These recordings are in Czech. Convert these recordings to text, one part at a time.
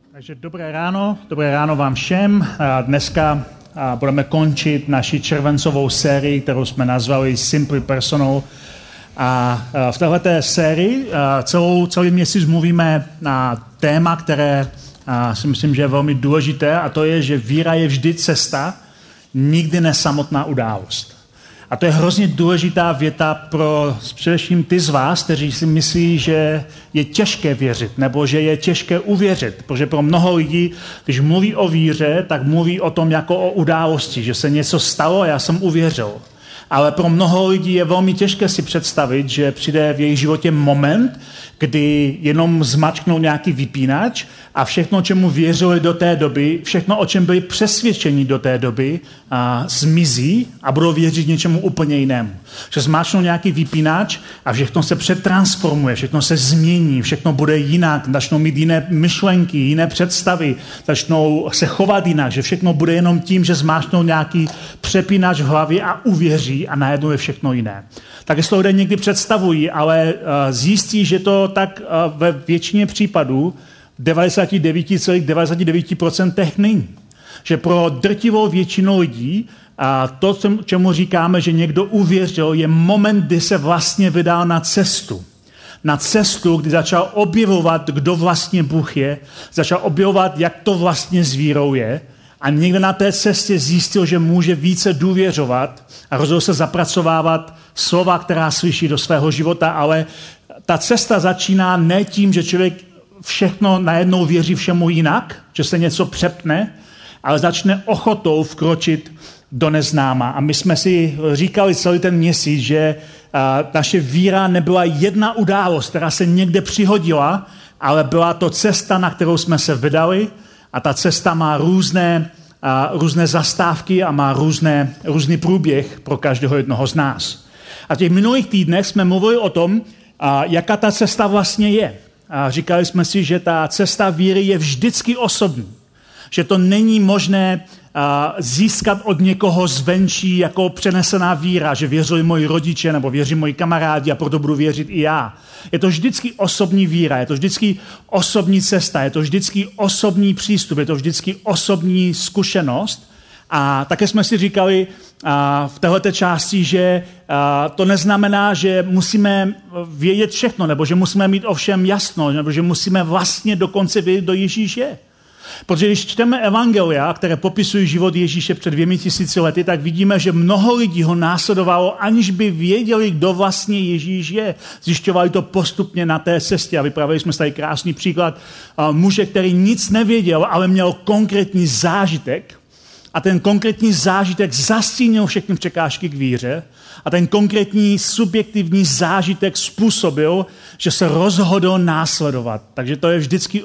Takže dobré ráno vám všem. Dneska budeme končit naši červencovou sérii, kterou jsme nazvali Simply Personal. A v této sérii celý měsíc mluvíme na téma, které si myslím, že je velmi důležité, a to je, že víra je vždy cesta, nikdy ne samotná událost. A to je hrozně důležitá věta pro především ty z vás, kteří si myslí, že je těžké věřit, nebo že je těžké uvěřit. Protože pro mnoho lidí, když mluví o víře, tak mluví o tom jako o události, že se něco stalo a já jsem uvěřil. Ale pro mnoho lidí je velmi těžké si představit, že přijde v jejich životě moment, kdy jenom zmačknou nějaký vypínač a všechno, čemu věřili do té doby, všechno, o čem byli přesvědčeni do té doby, zmizí a budou věřit něčemu úplně jinému. Že zmačknou nějaký vypínač a všechno se přetransformuje, všechno se změní, všechno bude jinak, začnou mít jiné myšlenky, jiné představy, začnou se chovat jinak, že všechno bude jenom tím, že zmáčknou nějaký přepínač v hlavě a uvěří a najednou je všechno jiné. Tak si to lidé někdy představují, ale zjistí, že to tak ve většině případů 99,99% není. Že pro drtivou většinu lidí to, čemu říkáme, že někdo uvěřil, je moment, kdy se vlastně vydal na cestu. Na cestu, kdy začal objevovat, kdo vlastně Bůh je, začal objevovat, jak to vlastně s vírou je, a někde na té cestě zjistil, že může více důvěřovat a rozhodl se zapracovávat slova, která slyší do svého života, ale ta cesta začíná ne tím, že člověk všechno najednou věří všemu jinak, že se něco přepne, ale začne ochotou vkročit do neznáma. A my jsme si říkali celý ten měsíc, že naše víra nebyla jedna událost, která se někde přihodila, ale byla to cesta, na kterou jsme se vydali, a ta cesta má různé zastávky a má různý průběh pro každého jednoho z nás. A v těch minulých týdnech jsme mluvili o tom, jaká ta cesta vlastně je. A říkali jsme si, že ta cesta víry je vždycky osobní. Že to není možné získat od někoho zvenčí jako přenesená víra, že věřili moji rodiče nebo věří moji kamarádi a proto budu věřit i já. Je to vždycky osobní víra, je to vždycky osobní cesta, je to vždycky osobní přístup, je to vždycky osobní zkušenost. A také jsme si říkali v této části, že to neznamená, že musíme vědět všechno, nebo že musíme mít o všem jasno, nebo že musíme vlastně dokonce vědět, kdo Ježíš je. Protože když čteme evangelia, které popisují život Ježíše před 2000 lety, tak vidíme, že mnoho lidí ho následovalo, aniž by věděli, kdo vlastně Ježíš je. Zjišťovali to postupně na té cestě. A vyprávěli jsme tady krásný příklad muže, který nic nevěděl, ale měl konkrétní zážitek. A ten konkrétní zážitek zastínil všechny překážky k víře. A ten konkrétní subjektivní zážitek způsobil, že se rozhodl následovat. Takže to je vždycky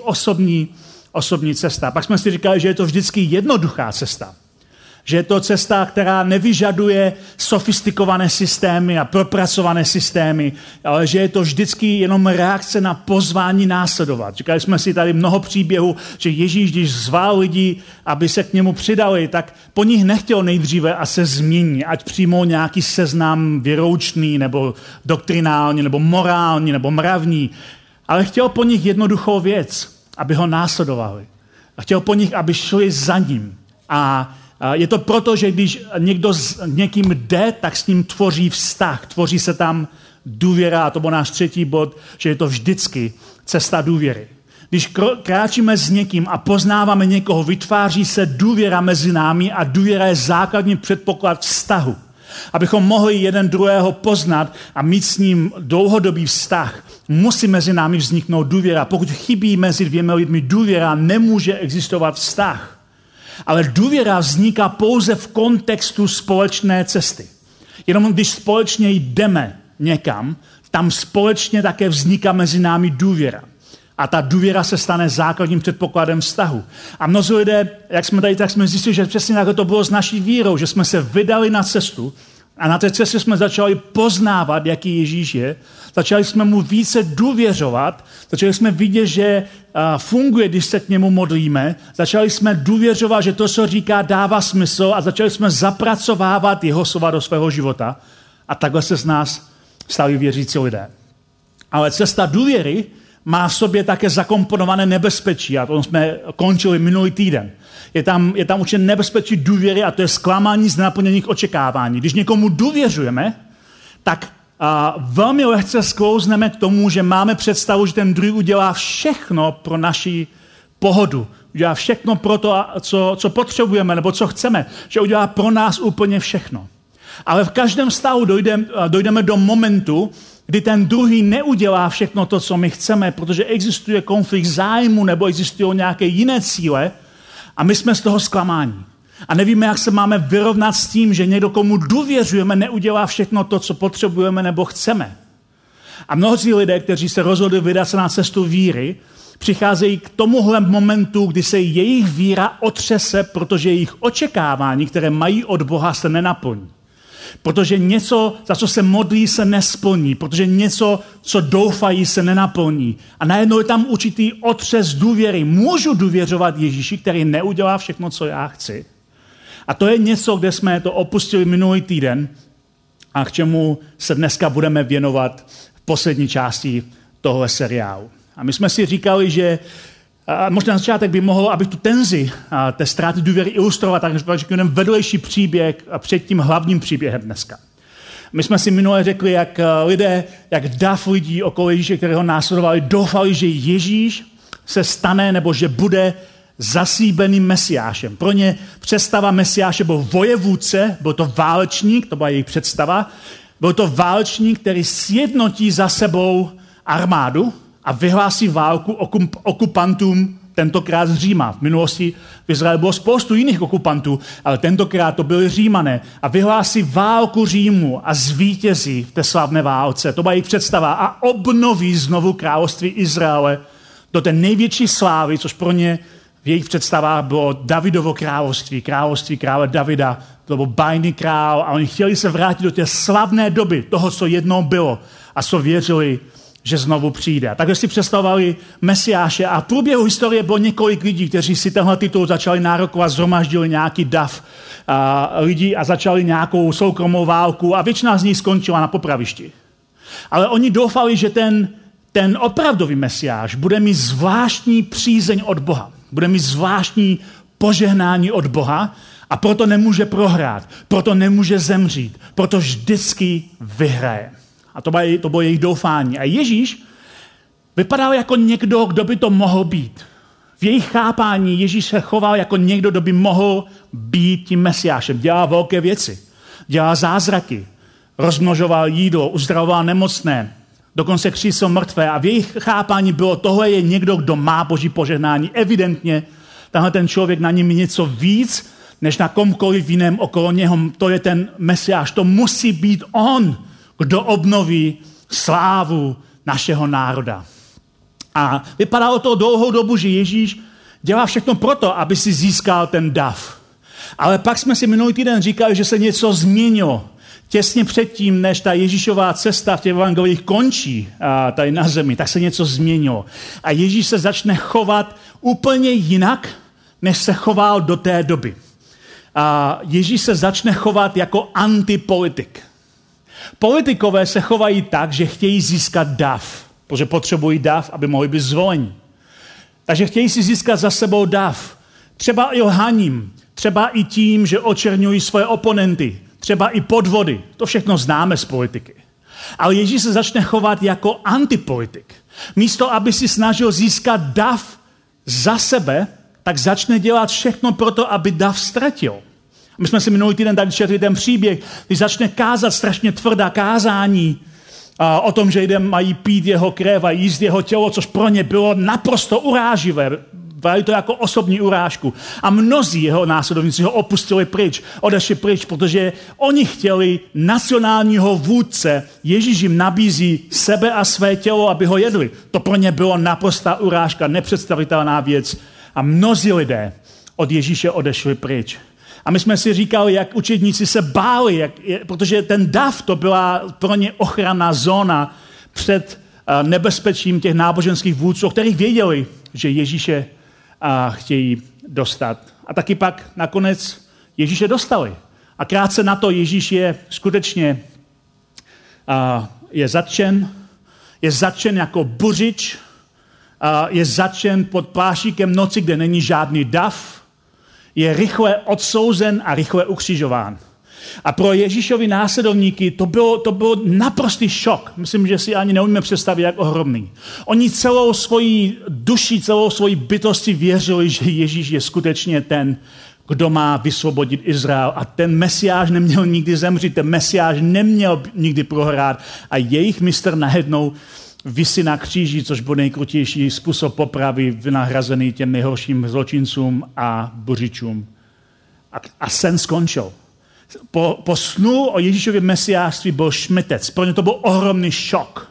osobní cesta. Pak jsme si říkali, že je to vždycky jednoduchá cesta. Že je to cesta, která nevyžaduje sofistikované systémy a propracované systémy, ale že je to vždycky jenom reakce na pozvání následovat. Říkali jsme si tady mnoho příběhů, že Ježíš, když zval lidi, aby se k němu přidali, tak po nich nechtěl nejdříve a se změní, ať přijmou nějaký seznam věroučný, nebo doktrinální, nebo morální, nebo mravní, ale chtěl po nich jednoduchou věc, aby ho následovali. A chtěl po nich, aby šli za ním. A je to proto, že když někdo s někým jde, tak s ním tvoří vztah. Tvoří se tam důvěra, a to byl náš třetí bod, že je to vždycky cesta důvěry. Když kráčíme s někým a poznáváme někoho, vytváří se důvěra mezi námi a důvěra je základní předpoklad vztahu. Abychom mohli jeden druhého poznat a mít s ním dlouhodobý vztah, musí mezi námi vzniknout důvěra. Pokud chybí mezi dvěma lidmi důvěra, nemůže existovat vztah. Ale důvěra vzniká pouze v kontextu společné cesty. Jenom když společně jdeme někam, tam společně také vzniká mezi námi důvěra. A ta důvěra se stane základním předpokladem vztahu. A mnozí lidé, jak jsme tady, tak jsme zjistili, že přesně tak to bylo s naší vírou, že jsme se vydali na cestu a na té cestě jsme začali poznávat, jaký Ježíš je. Začali jsme mu více důvěřovat, začali jsme vidět, že funguje, když se k němu modlíme. Začali jsme důvěřovat, že to, co říká, dává smysl a začali jsme zapracovávat jeho slova do svého života. A takhle se z nás stali věřící lidé. Ale cesta důvěry má v sobě také zakomponované nebezpečí, a to jsme končili minulý týden. Je tam určitě nebezpečí důvěry a to je zklamání z nenaplněných očekávání. Když někomu důvěřujeme, tak velmi lehce sklouzneme k tomu, že máme představu, že ten druhý udělá všechno pro naši pohodu. Udělá všechno pro to, co potřebujeme nebo co chceme. Že udělá pro nás úplně všechno. Ale v každém stavu dojdeme do momentu, kdy ten druhý neudělá všechno to, co my chceme, protože existuje konflikt zájmu nebo existují nějaké jiné cíle a my jsme z toho zklamáni. A nevíme, jak se máme vyrovnat s tím, že někdo, komu důvěřujeme, neudělá všechno to, co potřebujeme nebo chceme. A mnozí lidé, kteří se rozhodli vydat se na cestu víry, přicházejí k tomuhle momentu, kdy se jejich víra otřese, protože jejich očekávání, které mají od Boha, se nenaplní. Protože něco, za co se modlí, se nesplní. Protože něco, co doufají, se nenaplní. A najednou je tam určitý otřes důvěry. Můžu důvěřovat Ježíši, který neudělá všechno, co já chci. A to je něco, kde jsme to opustili minulý týden a k čemu se dneska budeme věnovat v poslední části tohle seriálu. A my jsme si říkali, že možná na začátek by mohl, abych tu tenzi té ztráty důvěry ilustrovat, tak řekněme vedlejší příběh před tím hlavním příběhem dneska. My jsme si minule řekli, jak lidé, jak dav lidí okolo Ježíše, které ho následovali, doufali, že Ježíš se stane nebo že bude zaslíbeným mesiášem. Pro ně představa mesiáše byl vojevůdce, byl to válečník, to byla jejich představa, byl to válečník, který sjednotí za sebou armádu a vyhlásí válku okupantům, tentokrát z Říma. V minulosti v Izraeli bylo spoustu jiných okupantů, ale tentokrát to byli Římané. A vyhlásí válku Římu a zvítězí v té slavné válce. To byla jejich představa a obnoví znovu království Izraele do té největší slávy, což pro ně v jejich představách bylo Davidovo království krále Davida. To byl bájný král a oni chtěli se vrátit do té slavné doby toho, co jednou bylo a co věřili, že znovu přijde. A takhle si představovali Mesiáše a v průběhu historie bylo několik lidí, kteří si tenhle titul začali nárokovat, zhromaždili nějaký dav lidí a začali nějakou soukromou válku a většina z nich skončila na popravišti. Ale oni doufali, že ten opravdový Mesiáš bude mít zvláštní přízeň od Boha. Bude mít zvláštní požehnání od Boha a proto nemůže prohrát, proto nemůže zemřít, proto vždycky vyhraje. A to bylo jejich doufání. A Ježíš vypadal jako někdo, kdo by to mohl být. V jejich chápání Ježíš se choval jako někdo, kdo by mohl být tím Mesiášem. Dělal velké věci, dělal zázraky, rozmnožoval jídlo, uzdravoval nemocné, dokonce křísil mrtvé. A v jejich chápání bylo, tohle je někdo, kdo má Boží požehnání. Evidentně tenhle ten člověk na něm něco víc, než na komkoliv jiném okolo něho. To je ten Mesiáš, to musí být on, kdo obnoví slávu našeho národa. A vypadalo to dlouhou dobu, že Ježíš dělá všechno proto, aby si získal ten dav. Ale pak jsme si minulý týden říkali, že se něco změnilo. Těsně předtím, než ta Ježíšová cesta v těch evangelích končí tady na zemi, tak se něco změnilo. A Ježíš se začne chovat úplně jinak, než se choval do té doby. A Ježíš se začne chovat jako antipolitik. Politikové se chovají tak, že chtějí získat dav, protože potřebují dav, aby mohli být zvoleni. Takže chtějí si získat za sebou dav. Třeba i lhaním, třeba i tím, že očerňují svoje oponenty, třeba i podvody. To všechno známe z politiky. Ale Ježíš se začne chovat jako antipolitik. Místo, aby si snažil získat dav za sebe, tak začne dělat všechno pro to, aby dav ztratil. My jsme si minulý týden tady četli ten příběh, když začne kázat strašně tvrdá kázání o tom, že lidé mají pít jeho krev a jíst jeho tělo, což pro ně bylo naprosto uráživé. Brali to jako osobní urážku. A mnozí jeho následovníci ho opustili pryč, odešli pryč, protože oni chtěli nacionálního vůdce. Ježíš jim nabízí sebe a své tělo, aby ho jedli. To pro ně bylo naprostá urážka, nepředstavitelná věc. A mnozí lidé od Ježíše odešli pryč. A my jsme si říkali, jak učedníci se báli, protože ten dav to byla pro ně ochranná zóna před nebezpečím těch náboženských vůdců, o kterých věděli, že Ježíše chtějí dostat. A taky pak nakonec Ježíše dostali. A krátce na to Ježíš je skutečně je zatčen jako buřič, je zatčen pod pláštíkem noci, kde není žádný dav, je rychle odsouzen a rychle ukřižován. A pro Ježíšovi následovníky to byl naprostý šok. Myslím, že si ani neumíme představit, jak ohromný. Oni celou svoji duši, celou svoji bytostí věřili, že Ježíš je skutečně ten, kdo má vysvobodit Izrael. A ten Mesiáš neměl nikdy zemřít, ten Mesiáš neměl nikdy prohrát. A jejich mistr najednou visí na kříži, což byl nejkrutější způsob popravy, vynahrazený těm nejhorším zločincům a buřičům. A sen skončil. Po snu o Ježíšově mesiářství byl šmitec. Pro ně to byl ohromný šok.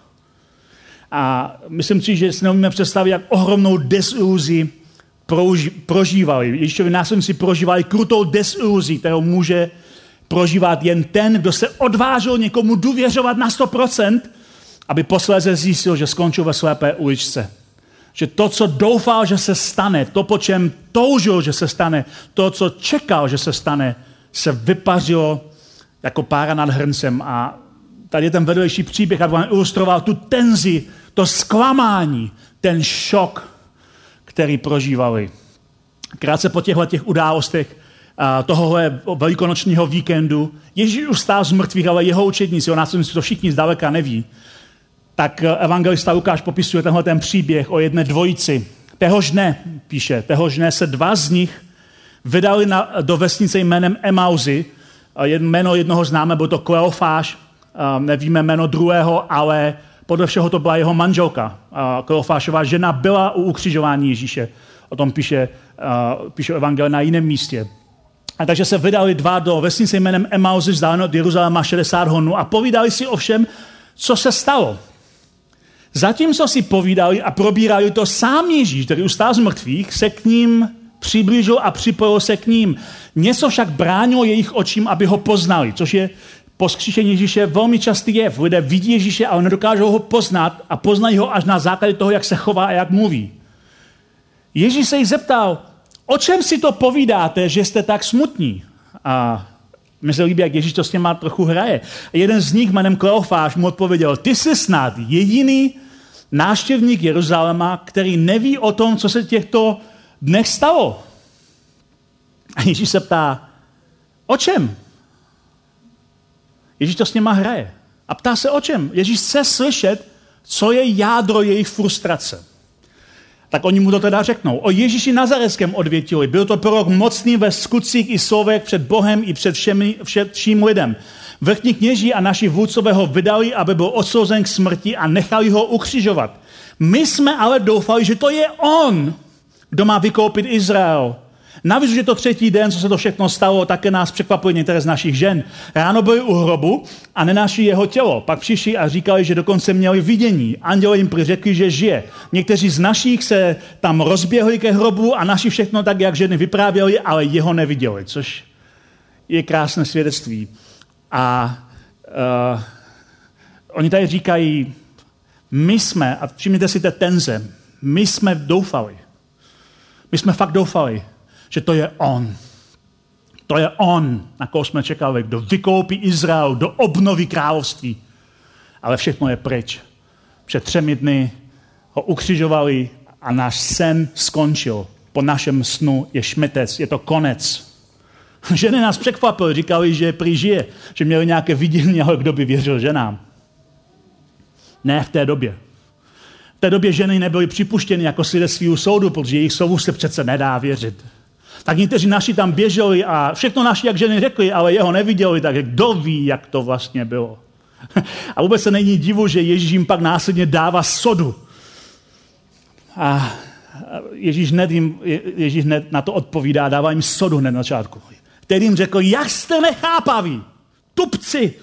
A myslím si, že si neumíme představit, jak ohromnou desiluzi prožívali. Ježíšovi následníci prožívali krutou desiluzi, kterou může prožívat jen ten, kdo se odvážil někomu důvěřovat na 100%, aby posléze zjistil, že skončil ve slepé uličce. Že to, co doufal, že se stane, to, po čem toužil, že se stane, to, co čekal, že se stane, se vypařilo jako pára nad hrncem. A tady je ten vedlejší příběh, aby vám ilustroval tu tenzi, to zklamání, ten šok, který prožívali. Krátce po těch událostech tohohle velikonočního víkendu Ježíš už stál z mrtvých, ale jeho učedníci, o následníci to všichni zdaleka neví, tak evangelista Lukáš popisuje tenhle ten příběh o jedné dvojici. Téhož dne se dva z nich vydali do vesnice jménem Emauzy. Jméno jednoho známe, byl to Kleofáš, nevíme jméno druhého, ale podle všeho to byla jeho manželka. Kleofášová žena byla u ukřižování Ježíše. O tom píše evangelie na jiném místě. A takže se vydali dva do vesnice jménem Emauzy, vzdáleno od Jeruzaléma 60 honů a povídali si o všem, co se stalo. Zatímco si povídali a probírali to, sám Ježíš, který ustál z mrtvých, se k ním přiblížil a připojil se k ním. Něco však bránilo jejich očím, aby ho poznali, což je po vzkříšení Ježíše velmi častý jev. Lidé vidí Ježíše, ale nedokážou ho poznat a poznají ho až na základě toho, jak se chová a jak mluví. Ježíš se jich zeptal, o čem si to povídáte, že jste tak smutní? A mi se líbí, jak Ježíš to s těma trochu hraje. A jeden z nich jménem Kleofáš mu odpověděl, ty jsi snad jediný návštěvník Jeruzaléma, který neví o tom, co se těchto dnech stalo. A Ježíš se ptá, o čem? Ježíš to s něma hraje. A ptá se o čem? Ježíš chce slyšet, co je jádro jejich frustrace. Tak oni mu to teda řeknou. O Ježíši Nazareckém odvětili. Byl to prorok mocný ve skutcích i slovech před Bohem i před vším lidem. Vrchní kněží a naši vůdcové ho vydali, aby byl odsouzen k smrti a nechali ho ukřižovat. My jsme ale doufali, že to je on, kdo má vykoupit Izrael. Navíc, že to třetí den, co se to všechno stalo, také nás překvapily některé z našich žen. Ráno byli u hrobu a nenašli jeho tělo. Pak přišli a říkali, že dokonce měli vidění. Anděle jim řekli, že žije. Někteří z našich se tam rozběhli ke hrobu a naši všechno tak, jak ženy vyprávěli, ale jeho neviděli, což je krásné svědectví. A oni tady říkají, my jsme, a všimněte si té tenze, my jsme doufali. My jsme fakt doufali, že to je on. To je on, na koho jsme čekali, kdo vykoupí Izrael, do obnovy království. Ale všechno je pryč. Před 3 dny ho ukřižovali a náš sen skončil. Po našem snu je šmitec, je to konec. Ženy nás překvapily, říkali, že prý žije, že měli nějaké vidění, ale kdo by věřil ženám. Ne v té době. V té době ženy nebyly připuštěny jako svědectví u soudu, protože jejich slovu se přece nedá věřit. Tak někteří naši tam běželi a všechno naši, jak ženy řekli, ale jeho neviděli, tak kdo ví, jak to vlastně bylo. A vůbec se není divu, že Ježíš jim pak následně dává sodu. A Ježíš hned na to odpovídá, dává jim sodu hned na začátku. Který jim řekl, jak jste nechápaví, tupci.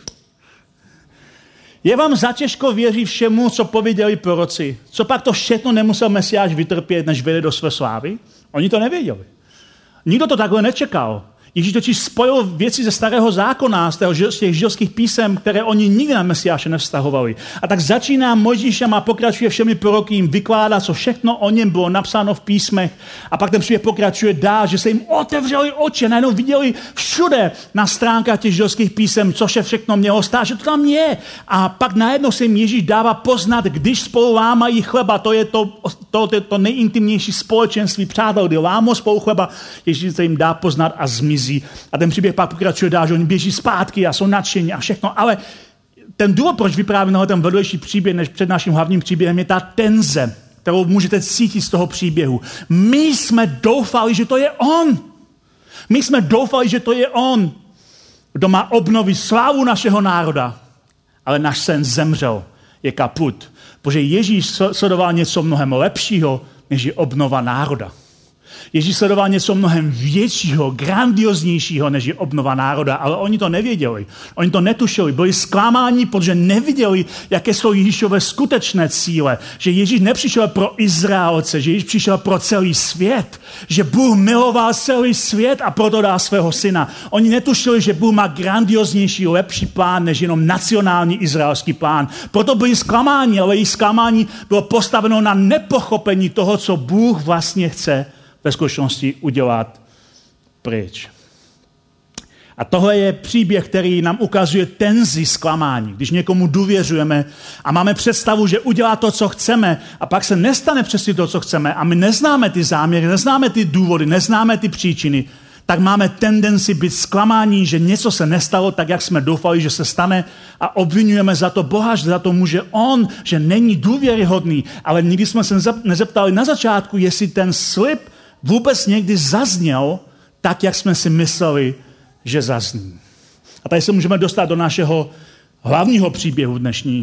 Je vám zatěžko věřit všemu, co pověděli proroci? Co pak to všechno nemusel Mesiáš vytrpět, než vyjde do své slávy? Oni to nevěděli. Nikdo to takhle nečekal. Ježíš totiž spojil věci ze starého zákona, z těch židovských písem, které oni nikdy na Mesiáše nevztahovali. A tak začíná Mojžíšem a pokračuje všemi proroky, jim vykládá, co všechno o něm bylo napsáno v písmech. A pak ten příběh pokračuje dál, že se jim otevřeli oči, najednou viděli všude na stránkách těch židovských písem, co se všechno mělo stát, že to tam je. A pak najednou se jim Ježíš dává poznat, když spolu lámají chleba, to je to nejintimnější společenství přátel, kdy lámou spolu chleba, Ježíš se jim dá poznat a zmizí. A ten příběh pak pokračuje dál, že oni běží zpátky a jsou nadšení a všechno. Ale ten důvod, proč vyprávím ten vedlejší příběh než před naším hlavním příběhem, je ta tenze, kterou můžete cítit z toho příběhu. My jsme doufali, že to je on. My jsme doufali, že to je on, kdo má obnovit slávu našeho národa. Ale náš sen zemřel, je kaput. Protože Ježíš sledoval něco mnohem lepšího, než je obnova národa. Ježíš sledoval něco mnohem většího, grandioznějšího, než je obnova národa, ale oni to nevěděli. Oni to netušili, byli zklamáni, protože neviděli, jaké jsou Ježíšové skutečné cíle. Že Ježíš nepřišel pro Izraelce, že Ježíš přišel pro celý svět. Že Bůh miloval celý svět a proto dal svého syna. Oni netušili, že Bůh má grandioznější, lepší plán, než jenom nacionální izraelský plán. Proto byli zklamáni, ale jejich zklamání bylo postaveno na nepochopení toho, co Bůh vlastně chce ve skutečnosti udělat pryč. A tohle je příběh, který nám ukazuje tenzi zklamání. Když někomu důvěřujeme a máme představu, že udělá to, co chceme, a pak se nestane přesně to, co chceme, a my neznáme ty záměry, neznáme ty důvody, neznáme ty příčiny, tak máme tendenci být zklamáni, že něco se nestalo tak, jak jsme doufali, že se stane, a obvinujeme za to Boha, že za to může on, že není důvěryhodný. Ale nikdy jsme se nezeptali na začátku, jestli ten slib vůbec někdy zazněl tak, jak jsme si mysleli, že zazní. A tady se můžeme dostat do našeho hlavního příběhu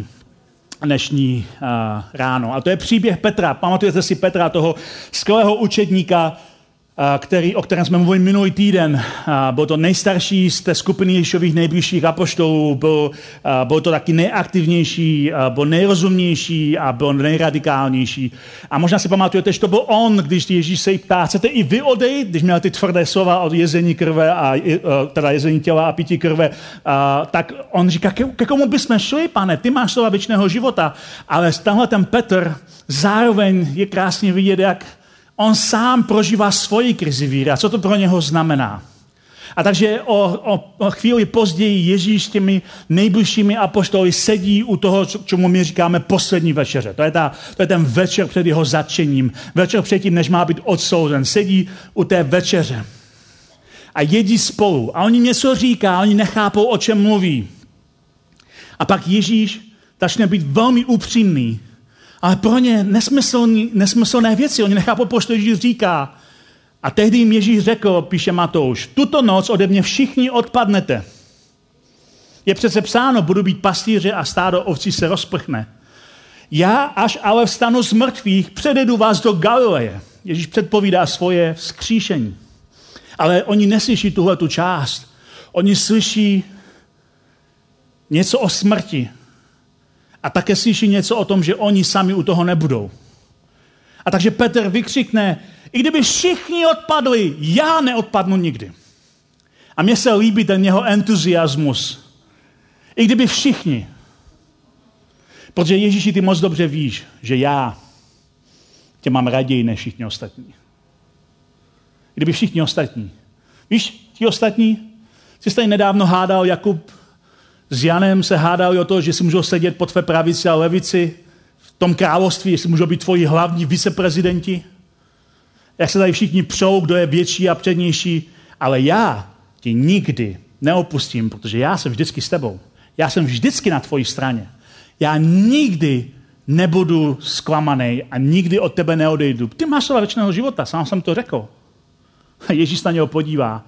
dnešní ráno. A to je příběh Petra. Pamatujete si Petra, toho skvělého učedníka, o kterém jsme mluvili minulý týden. Byl to nejstarší z té skupiny Ježíšových nejbližších apoštolů, byl to taky nejaktivnější, byl nejrozumnější a byl nejradikálnější. A možná si pamatujete, že to byl on, když Ježíš se jí ptá, chcete i vy odejít, když měl ty tvrdé slova od jezení krve, teda jezení těla a pití krve, tak on říká, ke komu bychom šli, pane, ty máš slova věčného života. Ale tenhle ten Petr zároveň je krásně vidět, jak on sám prožívá svoji krizi víry. A co to pro něho znamená? A takže o chvíli později Ježíš s těmi nejbližšími apoštoly sedí u toho, čemu my říkáme poslední večeře. To je ten večer před jeho zatčením. Večer předtím, než má být odsouzen. Sedí u té večeře. A jedí spolu. A oni něco říká, oni nechápou, o čem mluví. A pak Ježíš začne být velmi upřímný. Ale pro ně nesmyslné věci. Oni nechápou, proč to Ježíš říká. A tehdy jim Ježíš řekl, píše Matouš, tuto noc ode mě všichni odpadnete. Je přece psáno, budu být pastýře a stádo ovcí se rozprchne. Já, až ale vstanu z mrtvých, přededu vás do Galileje. Ježíš předpovídá svoje vzkříšení. Ale oni neslyší tuhletu část. Oni slyší něco o smrti. A také slyší něco o tom, že oni sami u toho nebudou. A takže Petr vykřikne, i kdyby všichni odpadli, já neodpadnu nikdy. A mně se líbí ten jeho entuziasmus. I kdyby všichni. Protože Ježíši, ty moc dobře víš, že já tě mám raději než všichni ostatní. I kdyby všichni ostatní. Víš, ti ostatní? Jsi tady nedávno hádal, Jakub s Janem se hádali o to, že si můžou sedět po tvé pravici a levici v tom království, jestli můžou být tvoji hlavní viceprezidenti. Jak se tady všichni přou, kdo je větší a přednější. Ale já ti nikdy neopustím, protože já jsem vždycky s tebou. Já jsem vždycky na tvojí straně. Já nikdy nebudu zklamaný a nikdy od tebe neodejdu. Ty máš slova věčného života, sám jsem to řekl. Ježíš na něho podívá.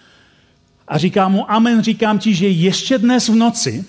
A říká mu, amen, říkám ti, že ještě dnes v noci,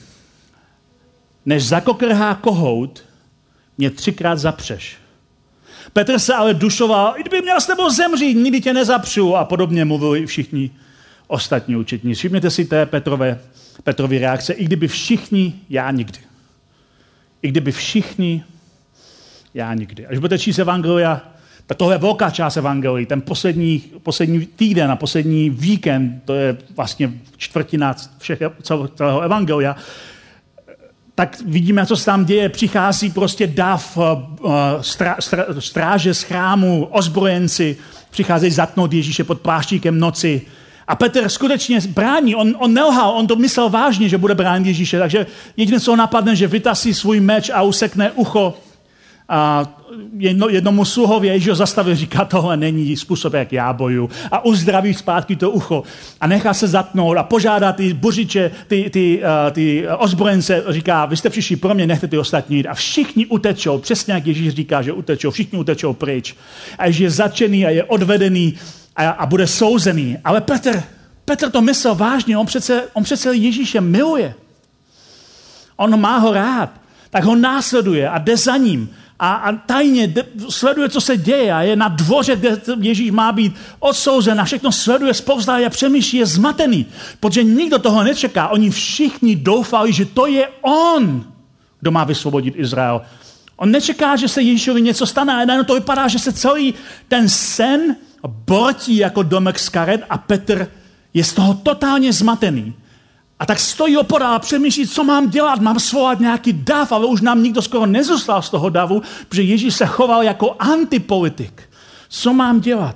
než zakokrhá kohout, mě 3krát zapřeš. Petr se ale dušoval, kdyby měl s tebou zemřít, nikdy tě nezapřu. A podobně mluvili všichni ostatní učetní. Všimněte si té Petrovy reakce. I kdyby všichni, já nikdy. I kdyby všichni, já nikdy. Až budete číst evangelia, Tak tohle je velká část evangelií. Ten poslední týden a poslední víkend, to je vlastně čtvrtina celého evangelia, tak vidíme, co se tam děje. Přichází prostě dav, stráže z chrámu, ozbrojenci, přicházejí zatknout Ježíše pod pláštíkem noci. A Petr skutečně brání, on nelhal, on to myslel vážně, že bude bránit Ježíše, takže jediné, co ho napadne, že vytasí svůj meč a usekne ucho a jednomu sluhovi, Ježíš ho zastaví, říká, tohle není způsob, jak já bojuju. A uzdraví zpátky to ucho a nechá se zatnout a požádá ty buřiče, ty ozbrojence, říká, vy jste přišli pro mě, nechte ty ostatní jít. A všichni utečou, přesně jak Ježíš říká, že utečou, všichni utečou pryč. A Ježíš je zatčený a je odvedený a bude souzený. Ale Petr to myslel vážně, on přece Ježíše miluje. On má ho rád, tak ho následuje a jde za ním. A tajně sleduje, co se děje a je na dvoře, kde Ježíš má být odsouzen a všechno sleduje, spouzná a přemýšlí, je zmatený, protože nikdo toho nečeká. Oni všichni doufali, že to je on, kdo má vysvobodit Izrael. On nečeká, že se Ježíšovi něco stane a najednou to vypadá, že se celý ten sen bortí jako domek z karet a Petr je z toho totálně zmatený. A tak stojí opodál a přemýšlí, co mám dělat, mám svolat nějaký dav, ale už nám nikdo skoro nezůstal z toho davu, protože Ježíš se choval jako antipolitik. Co mám dělat?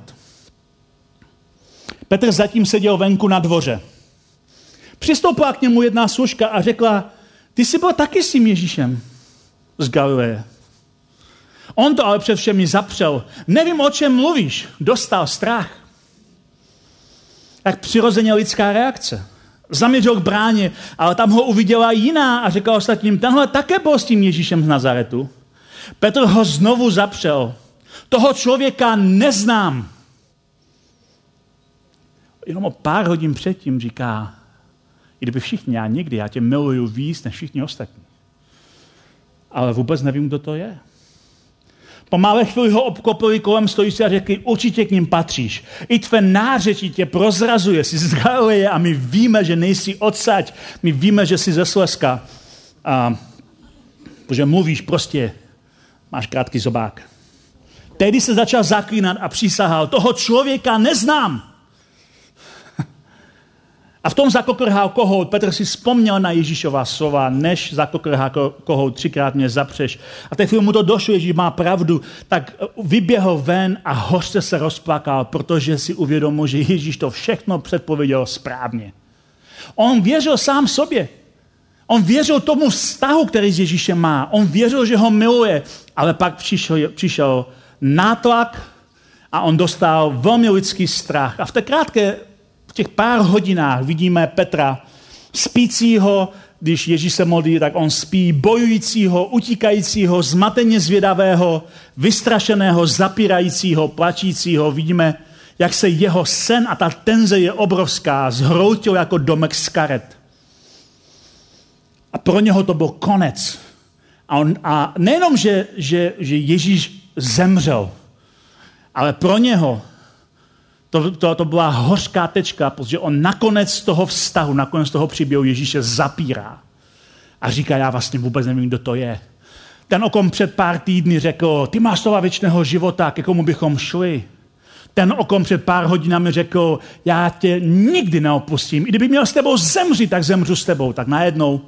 Petr zatím seděl venku na dvoře. Přistoupila k němu jedna služka a řekla, ty jsi byl taky s tím Ježíšem z Galileje. On to ale před všemi zapřel. Nevím, o čem mluvíš. Dostal strach. Tak přirozeně lidská reakce. Zaměřil k bráně, ale tam ho uviděla jiná a řekla ostatním, tenhle také byl s tím Ježíšem z Nazaretu. Petr ho znovu zapřel. Toho člověka neznám. Jenom o pár hodin předtím říká, i kdyby všichni, já tě miluju víc než všichni ostatní. Ale vůbec nevím, kdo to je. Po malé chvíli ho obklopili kolem stojící a řekli, určitě k ním patříš. I tvé nářečí tě prozrazuje, jsi z Galileje a my víme, že nejsi odsaď. My víme, že jsi ze Slezska. Protože mluvíš prostě, máš krátký zobák. Tehdy se začal zaklínat a přísahal, toho člověka neznám. A v tom zakokrhal kohout. Petr si vzpomněl na Ježíšova slova, než zakokrhá kohout, 3krát mě zapřeš. A teď mu to došlo, Ježíš má pravdu, tak vyběhl ven a hořce se rozplakal, protože si uvědomil, že Ježíš to všechno předpověděl správně. On věřil sám sobě. On věřil tomu vztahu, který s Ježíšem má. On věřil, že ho miluje, ale pak přišel nátlak a on dostal velmi lidský strach. A v těch pár hodinách vidíme Petra spícího, když Ježíš se modlí, tak on spí, bojujícího, utíkajícího, zmateně zvědavého, vystrašeného, zapírajícího, plačícího. Vidíme, jak se jeho sen a ta tenze je obrovská, zhroutil jako domek z karet. A pro něho to byl konec. A nejenom, že Ježíš zemřel, ale pro něho to byla hořká tečka, protože on nakonec toho vztahu, nakonec toho příběhu Ježíše zapírá. A říká, já vlastně vůbec nevím, kdo to je. Ten, o kom před pár týdny řekl, ty máš slova věčného života, ke komu bychom šli. Ten, o kom před pár hodinami řekl, já tě nikdy neopustím. I kdyby měl s tebou zemřít, tak zemřu s tebou. Tak najednou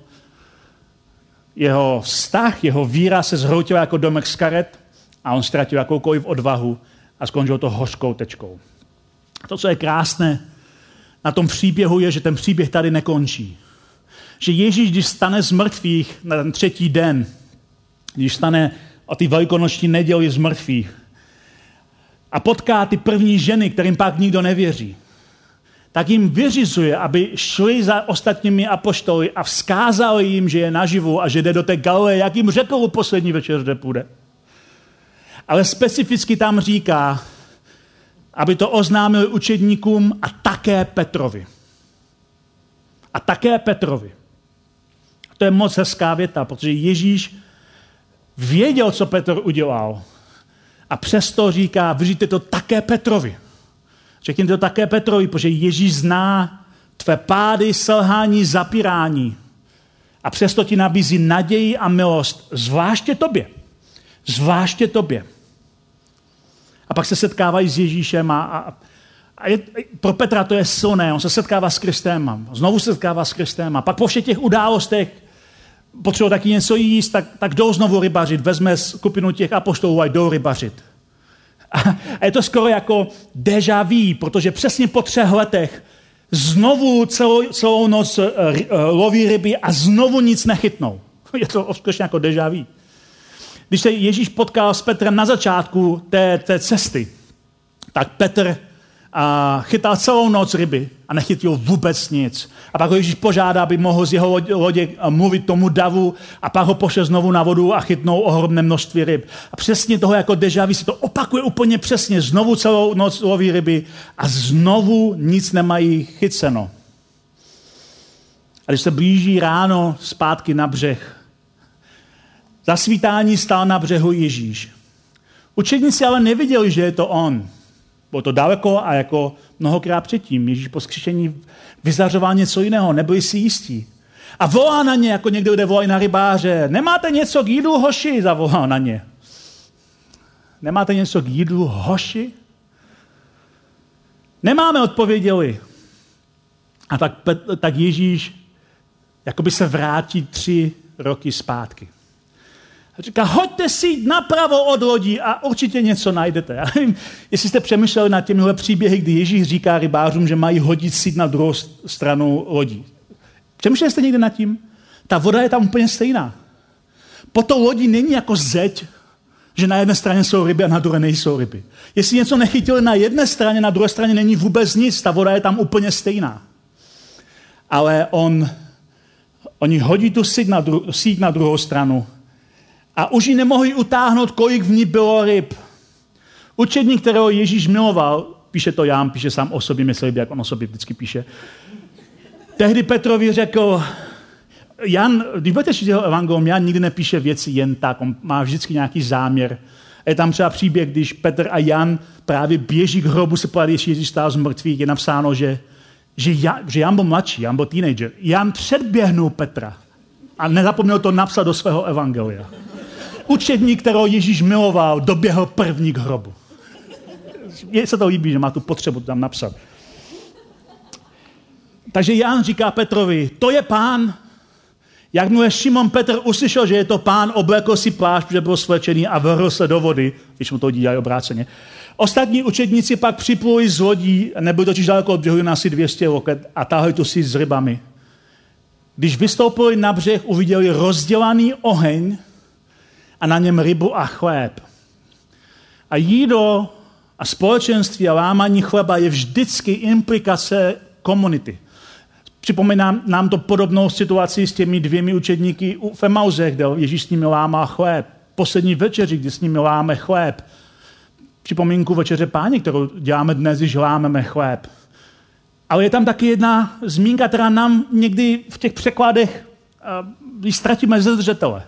jeho vztah, jeho víra se zhroutil jako domek z karet a on ztratil jakoukoliv odvahu a skončil to hořkou tečkou. To, co je krásné na tom příběhu, je, že ten příběh tady nekončí. Že Ježíš, když stane z mrtvých na ten 3. den, když stane o ty velikonoční neděli z mrtvých a potká ty první ženy, kterým pak nikdo nevěří, tak jim vyřizuje, aby šli za ostatními apoštoly a vzkázali jim, že je naživu a že jde do té Galileje, jak jim řekl poslední večer, že půjde. Ale specificky tam říká, aby to oznámili učedníkům a také Petrovi. A také Petrovi. A to je moc hezká věta, protože Ježíš věděl, co Petr udělal. A přesto říká, vyříte to také Petrovi. Řekněte to také Petrovi, protože Ježíš zná tvé pády, selhání, zapírání. A přesto ti nabízí naději a milost, zvláště tobě. Zvláště tobě. A pak se setkávají s Ježíšem a pro Petra to je silné, on se setkává s Kristem, znovu se setkává s Kristem a pak po všech těch událostech potřebuje taky něco jíst, tak jdou znovu rybařit, vezme skupinu těch apoštolů a jdou rybařit. A je to skoro jako déjà vu, protože přesně po 3 letech znovu celou noc loví ryby a znovu nic nechytnou. Je to skutečně jako déjà vu. Když se Ježíš potkal s Petrem na začátku té cesty, tak Petr chytal celou noc ryby a nechytil vůbec nic. A pak ho Ježíš požádá, aby mohl z jeho lodě mluvit tomu davu a pak ho pošle znovu na vodu a chytnou ohromné množství ryb. A přesně toho jako déjà vu si to opakuje úplně přesně. Znovu celou noc loví ryby a znovu nic nemají chyceno. A když se blíží ráno zpátky na břeh, za svítání stál na břehu Ježíš. Učedníci ale neviděli, že je to on. Bylo to daleko a jako mnohokrát předtím. Ježíš po vzkříšení vyzařoval něco jiného, nebyli si jistí. A volá na ně, jako někdo, kde volají na rybáře. Nemáte něco k jídlu, hoši? Zavolal na ně. Nemáte něco k jídlu, hoši? Nemáme, odpověděli. A tak Ježíš jakoby se vrátí 3 roky zpátky. A říká, hoďte si jít napravo od lodí a určitě něco najdete. Já nevím, jestli jste přemýšleli nad těmihle příběhy, kdy Ježíš říká rybářům, že mají hodit síť na druhou stranu lodí. Přemýšleli jste někde nad tím? Ta voda je tam úplně stejná. Po to lodí není jako zeď, že na jedné straně jsou ryby a na druhé nejsou ryby. Jestli něco nechytili na jedné straně, na druhé straně není vůbec nic, ta voda je tam úplně stejná. Ale oni hodí tu síť na druhou stranu a už ji nemohli utáhnout, kolik v ní bylo ryb. Učedník, kterého Ježíš miloval, píše to Jan, píše sám o sobě, myslel by, jak on o sobě vždycky píše. Tehdy Petrovi řekl, Jan, když budete číst jeho evangelium, Jan nikdy nepíše věci jen tak, on má vždycky nějaký záměr. Je tam třeba příběh, když Petr a Jan právě běží k hrobu se podívat, jestli Ježíš stál z mrtvých, je napsáno, že Jan byl mladší, Jan byl teenager. Jan předběhnul Petra a nezapomněl to napsat do svého evangelia. Učedník, kterého Ježíš miloval, doběhl první k hrobu. Mně se to líbí, že má tu potřebu tam napsat. Takže Jan říká Petrovi, to je Pán. Jakmile Šimon Petr uslyšel, že je to Pán, oblekl si plášť, protože byl svlečený a vrhl se do vody, když mu to dělají obráceně. Ostatní učedníci pak připluli z lodí, nebyl totiž daleko od břehu, asi 200 loket a táhli tu síť s rybami. Když vystoupili na břeh, uviděli rozdělaný oheň a na něm rybu a chléb. A jídlo a společenství a lámaní chleba je vždycky implikace komunity. Připomíná nám to podobnou situaci s těmi 2 učedníky v Emauze, kde Ježíš s nimi lámá chléb. Poslední večeři, kdy s nimi láme chléb. Připomínku večeře Páně, kterou děláme dnes, když lámeme chléb. Ale je tam taky jedna zmínka, která nám někdy v těch překladech ztratíme ze zřetele.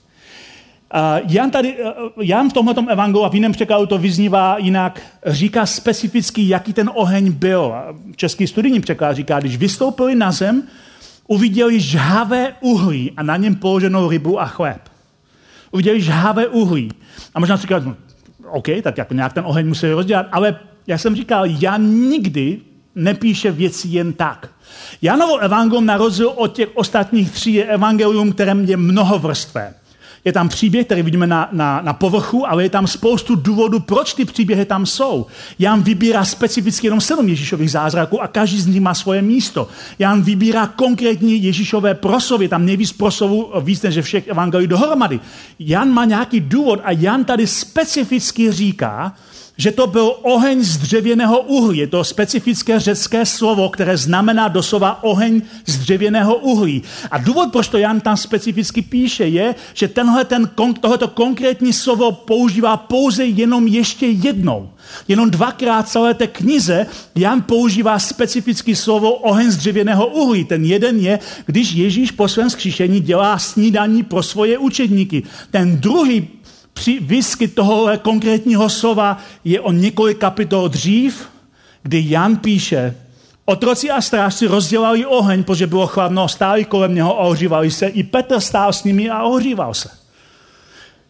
Jan v tomhletom evangeliu a v jiném překladu to vyznívá jinak, říká specificky, jaký ten oheň byl. Český studijní překlad říká, když vystoupili na zem, uviděli žhavé uhlí a na něm položenou rybu a chléb. Uviděli žhavé uhlí. A možná si říkat, OK, tak jako nějak ten oheň museli rozdělat, ale jak jsem říkal, Jan nikdy nepíše věci jen tak. Janovo evangelium na rozdíl od těch ostatních 3 je evangelium, kterém je mnohovrstvé. Je tam příběh, který vidíme na povrchu, ale je tam spoustu důvodů, proč ty příběhy tam jsou. Jan vybírá specificky jenom 7 Ježíšových zázraků a každý z nich má svoje místo. Jan vybírá konkrétní Ježíšové proslovy, tam nejvíc proslovů víc než všech evangelií dohromady. Jan má nějaký důvod a Jan tady specificky říká, že to byl oheň z dřevěného uhlí. Je to specifické řecké slovo, které znamená doslova oheň z dřevěného uhlí. A důvod, proč to Jan tam specificky píše, je, že tohleto konkrétní slovo používá pouze jenom ještě jednou. Jenom 2krát celé té knize Jan používá specifické slovo oheň z dřevěného uhlí. Ten jeden je, když Ježíš po svém vzkříšení dělá snídaní pro svoje učedníky. Ten druhý výskyt tohohle konkrétního slova je o několik kapitol dřív, kdy Jan píše, otroci a strážci rozdělali oheň, protože bylo chladno, stáli kolem něho a ohřívali se. I Petr stál s nimi a ohříval se.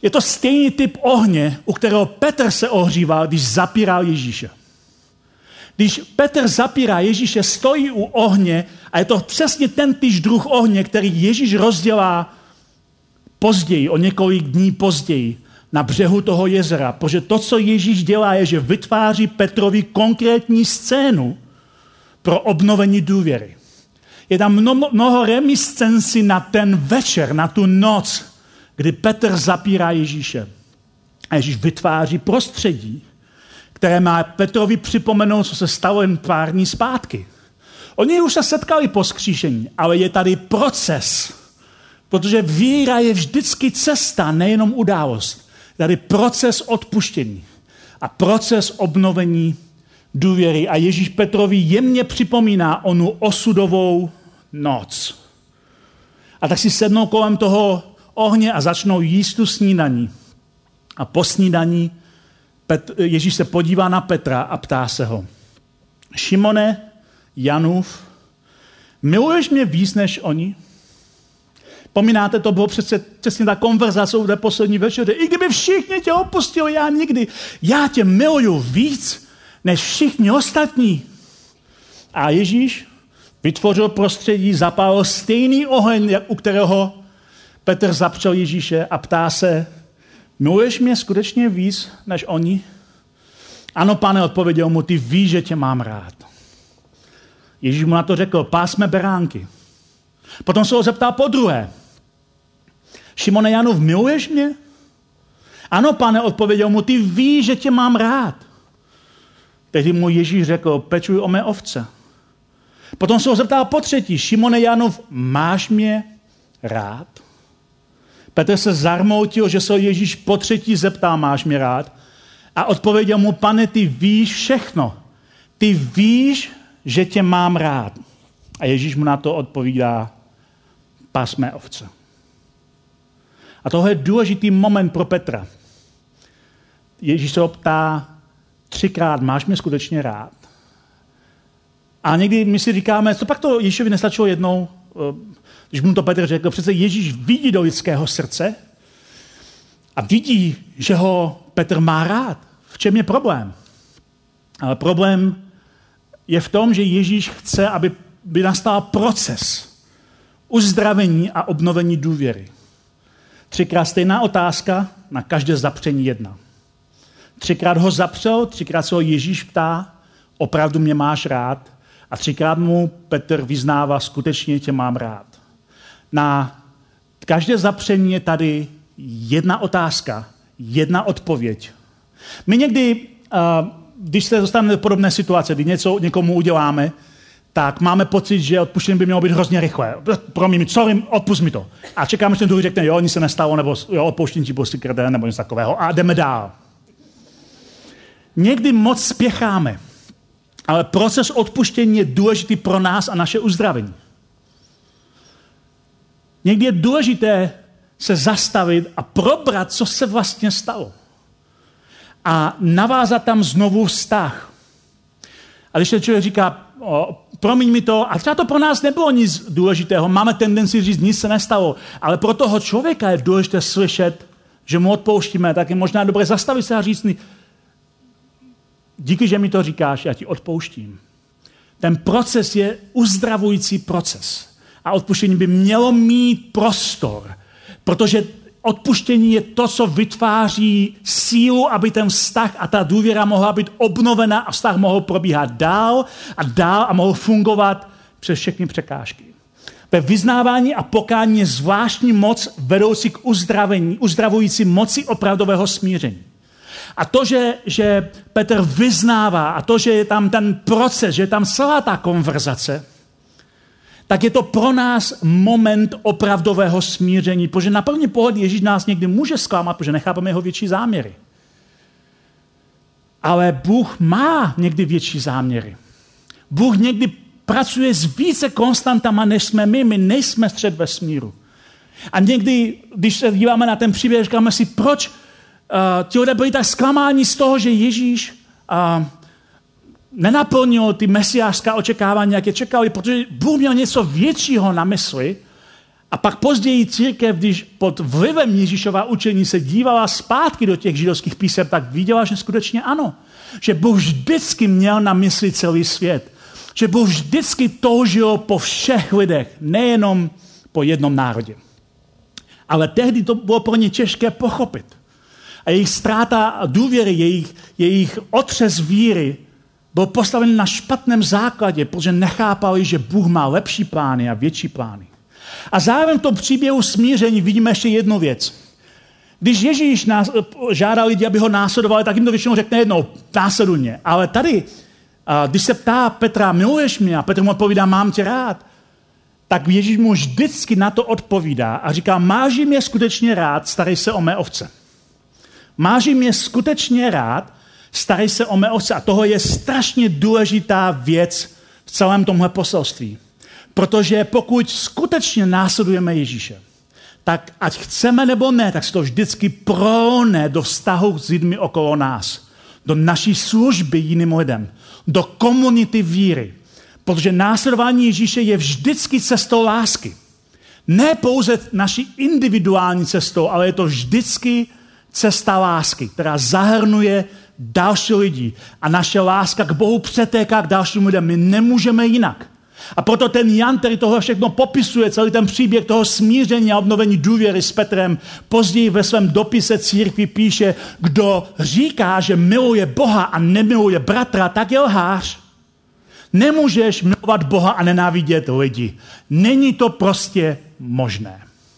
Je to stejný typ ohně, u kterého Petr se ohříval, když zapíral Ježíše. Když Petr zapírá Ježíše, stojí u ohně a je to přesně ten týž druh ohně, který Ježíš rozdělá později, o několik dní později, na břehu toho jezera. Protože to, co Ježíš dělá, je, že vytváří Petrovi konkrétní scénu pro obnovení důvěry. Je tam mnoho reminiscencí na ten večer, na tu noc, kdy Petr zapírá Ježíše. A Ježíš vytváří prostředí, které má Petrovi připomenout, co se stalo jen pár dní zpátky. Oni už se setkali po vzkříšení, ale je tady proces, protože víra je vždycky cesta, nejenom událost. Je tady proces odpuštění a proces obnovení důvěry. A Ježíš Petrovi jemně připomíná onu osudovou noc. A tak si sednou kolem toho ohně a začnou jíst tu snídaní. A po snídaní Ježíš se podívá na Petra a ptá se ho: Šimone, Janův, miluješ mě víc než oni? Pomínáte, to bylo přesně ta konverzace v té poslední večeře. I kdyby všichni tě opustili, já nikdy. Já tě miluju víc než všichni ostatní. A Ježíš vytvořil prostředí, zapálil stejný oheň, u kterého Petr zapřel Ježíše a ptá se: miluješ mě skutečně víc než oni? Ano, Pane, odpověděl mu, ty víš, že tě mám rád. Ježíš mu na to řekl: pásme beránky. Potom se ho zeptal podruhé: Šimone Janův, miluješ mě? Ano, Pane, odpověděl mu, ty víš, že tě mám rád. Tehdy mu Ježíš řekl: pečuj o mé ovce. Potom se ho zeptal potřetí: Šimone Janův, máš mě rád? Petr se zarmoutil, že se Ježíš potřetí zeptá: máš mě rád? A odpověděl mu: Pane, ty víš všechno. Ty víš, že tě mám rád. A Ježíš mu na to odpovídá: pás mé ovce. A tohle je důležitý moment pro Petra. Ježíš se ho ptá 3krát: máš mě skutečně rád? A někdy my si říkáme, co pak to Ježíšovi nestačilo jednou, když mu to Petr řekl. Přece Ježíš vidí do lidského srdce a vidí, že ho Petr má rád. V čem je problém? Ale problém je v tom, že Ježíš chce, aby nastal proces uzdravení a obnovení důvěry. 3krát stejná otázka, na každé zapření jedna. 3krát ho zapřel, 3krát se ho Ježíš ptá: opravdu mě máš rád? A 3krát mu Petr vyznává: skutečně tě mám rád. Na každé zapření je tady jedna otázka, jedna odpověď. My někdy, když se dostaneme do podobné situace, kdy něco někomu uděláme, tak máme pocit, že odpuštění by mělo být hrozně rychle. Promiň mi, sorry, odpust mi to. A čekáme, že ten druhý řekne: jo, nic se nestalo, nebo jo, odpuštění ti prostě krde, nebo něco takového. A jdeme dál. Někdy moc spěcháme, ale proces odpuštění je důležitý pro nás a naše uzdravení. Někdy je důležité se zastavit a probrat, co se vlastně stalo. A navázat tam znovu vztah. A když ten člověk říká: promiň mi to, a třeba to pro nás nebylo nic důležitého, máme tendenci říct, nic se nestalo, ale pro toho člověka je důležité slyšet, že mu odpouštíme, tak je možná dobré zastavit se a říct: díky, že mi to říkáš, já ti odpouštím. Ten proces je uzdravující proces. A odpuštění by mělo mít prostor, protože odpuštění je to, co vytváří sílu, aby ten vztah a ta důvěra mohla být obnovena a vztah mohl probíhat dál a mohl fungovat přes všechny překážky. Ve vyznávání a pokání je zvláštní moc vedoucí k uzdravení, uzdravující moci opravdového smíření. A to, že Petr vyznává a to, že je tam ten proces, že je tam celá ta konverzace, tak je to pro nás moment opravdového smíření, protože na první pohled Ježíš nás někdy může zklamat, protože nechápeme jeho větší záměry. Ale Bůh má někdy větší záměry. Bůh někdy pracuje s více konstantama, než jsme my nejsme střed vesmíru. A někdy, když se díváme na ten příběh, říkáme si, proč ti lidé byli tak zklamáni z toho, že Ježíš nenaplnil ty mesiářská očekávání, jak je čekali, protože Bůh měl něco většího na mysli A pak později církev, když pod vlivem Ježíšova učení se dívala zpátky do těch židovských písem, tak viděla, že skutečně ano. Že Bůh vždycky měl na mysli celý svět. Že Bůh vždycky toužil po všech lidech, nejenom po jednom národě. Ale tehdy to bylo pro ně těžké pochopit. A jejich ztráta důvěry, jejich otřes víry byl postaven na špatném základě, protože nechápali, že Bůh má lepší plány a větší plány. A zároveň v tom příběhu smíření vidíme ještě jednu věc. Když Ježíš žádá lidi, aby ho následovali, tak jim to většinou řekne jednou, následuj mě. Ale tady, když se ptá Petra, miluješ mě? A Petr mu odpovídá, mám tě rád. Tak Ježíš mu vždycky na to odpovídá a říká, máš mě skutečně rád, starej se o mé ovce. Máš mě skutečně rád, starej se o mé ovce. A toho je strašně důležitá věc v celém tomhle poselství. Protože pokud skutečně následujeme Ježíše, tak ať chceme nebo ne, tak se to vždycky prolne do vztahu s lidmi okolo nás. Do naší služby jiným lidem. Do komunity víry. Protože následování Ježíše je vždycky cestou lásky. Ne pouze naší individuální cestou, ale je to vždycky cesta lásky, která zahrnuje další lidi. A naše láska k Bohu přetéká k dalším lidem. My nemůžeme jinak. A proto ten Jan, který tohle všechno popisuje, celý ten příběh toho smíření a obnovení důvěry s Petrem, později ve svém dopise církvi píše, kdo říká, že miluje Boha a nemiluje bratra, tak je lhář. Nemůžeš milovat Boha a nenávidět lidi. Není to prostě možné.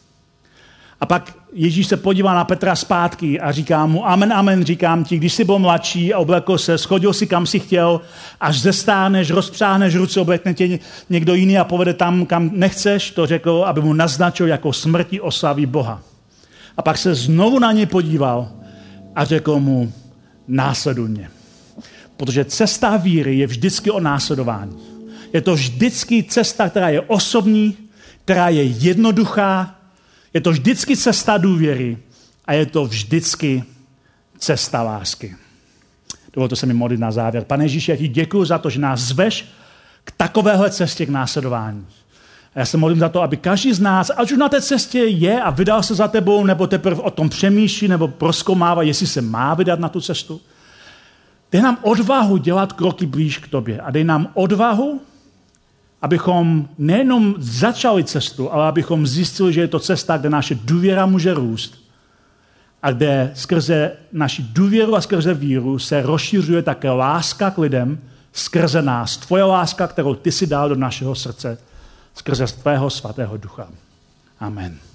A pak Ježíš se podívá na Petra zpátky a říká mu, amen, amen, říkám ti, když jsi byl mladší a oblekl se, schodil si kam si chtěl, až zestárneš, rozpřáhneš ruce, oblekne tě někdo jiný a povede tam, kam nechceš, to řekl, aby mu naznačil, jako smrti oslaví Boha. A pak se znovu na něj podíval a řekl mu, následuj mě. Protože cesta víry je vždycky o následování. Je to vždycky cesta, která je osobní, která je jednoduchá, je to vždycky cesta důvěry a je to vždycky cesta lásky. Dovolte se mi modlit na závěr. Pane Ježíši, já ti děkuji za to, že nás zveš k takovéhle cestě k následování. A já se modlím za to, aby každý z nás, ať už na té cestě je a vydal se za tebou, nebo teprve o tom přemýšlí, nebo prozkoumává, jestli se má vydat na tu cestu. Dej nám odvahu dělat kroky blíž k tobě a dej nám odvahu, abychom nejenom začali cestu, ale abychom zjistili, že je to cesta, kde naše důvěra může růst a kde skrze naši důvěru a skrze víru se rozšiřuje také láska k lidem skrze nás. Tvoje láska, kterou ty si dal do našeho srdce skrze tvého svatého ducha. Amen.